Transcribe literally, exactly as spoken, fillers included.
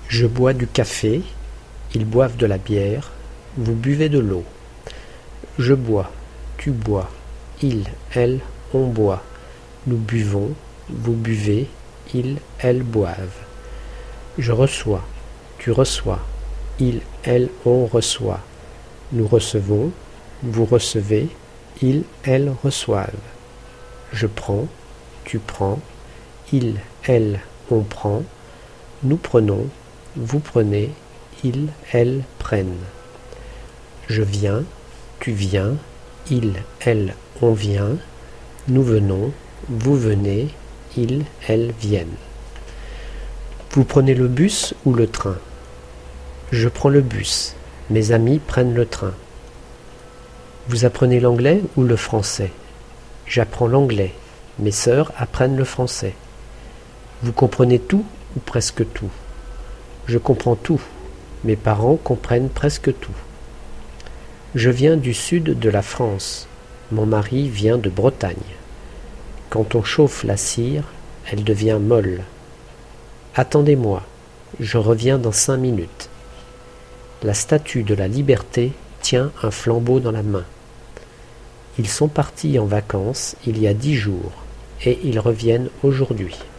Je bois du café, ils boivent de la bière, vous buvez de l'eau. Je bois, tu bois, il, elle, on boit. Nous buvons, vous buvez, ils, elles boivent. Je reçois, tu reçois, il, elle, on reçoit. Nous recevons, vous recevez, ils, elles reçoivent. Je prends, tu prends, il, elle, on prend. Nous prenons, vous prenez, ils, elles prennent. Je viens, tu viens, il, elle, on vient. Nous venons, vous venez, ils, elles viennent. Vous prenez le bus ou le train? Je prends le bus, mes amis prennent le train. Vous apprenez l'anglais ou le français? J'apprends l'anglais, mes sœurs apprennent le français. Vous comprenez tout ou presque tout? Je comprends tout, mes parents comprennent presque tout. Je viens du sud de la France, mon mari vient de Bretagne. Quand on chauffe la cire, elle devient molle. Attendez-moi, je reviens dans cinq minutes. La statue de la Liberté tient un flambeau dans la main. Ils sont partis en vacances il y a dix jours et ils reviennent aujourd'hui.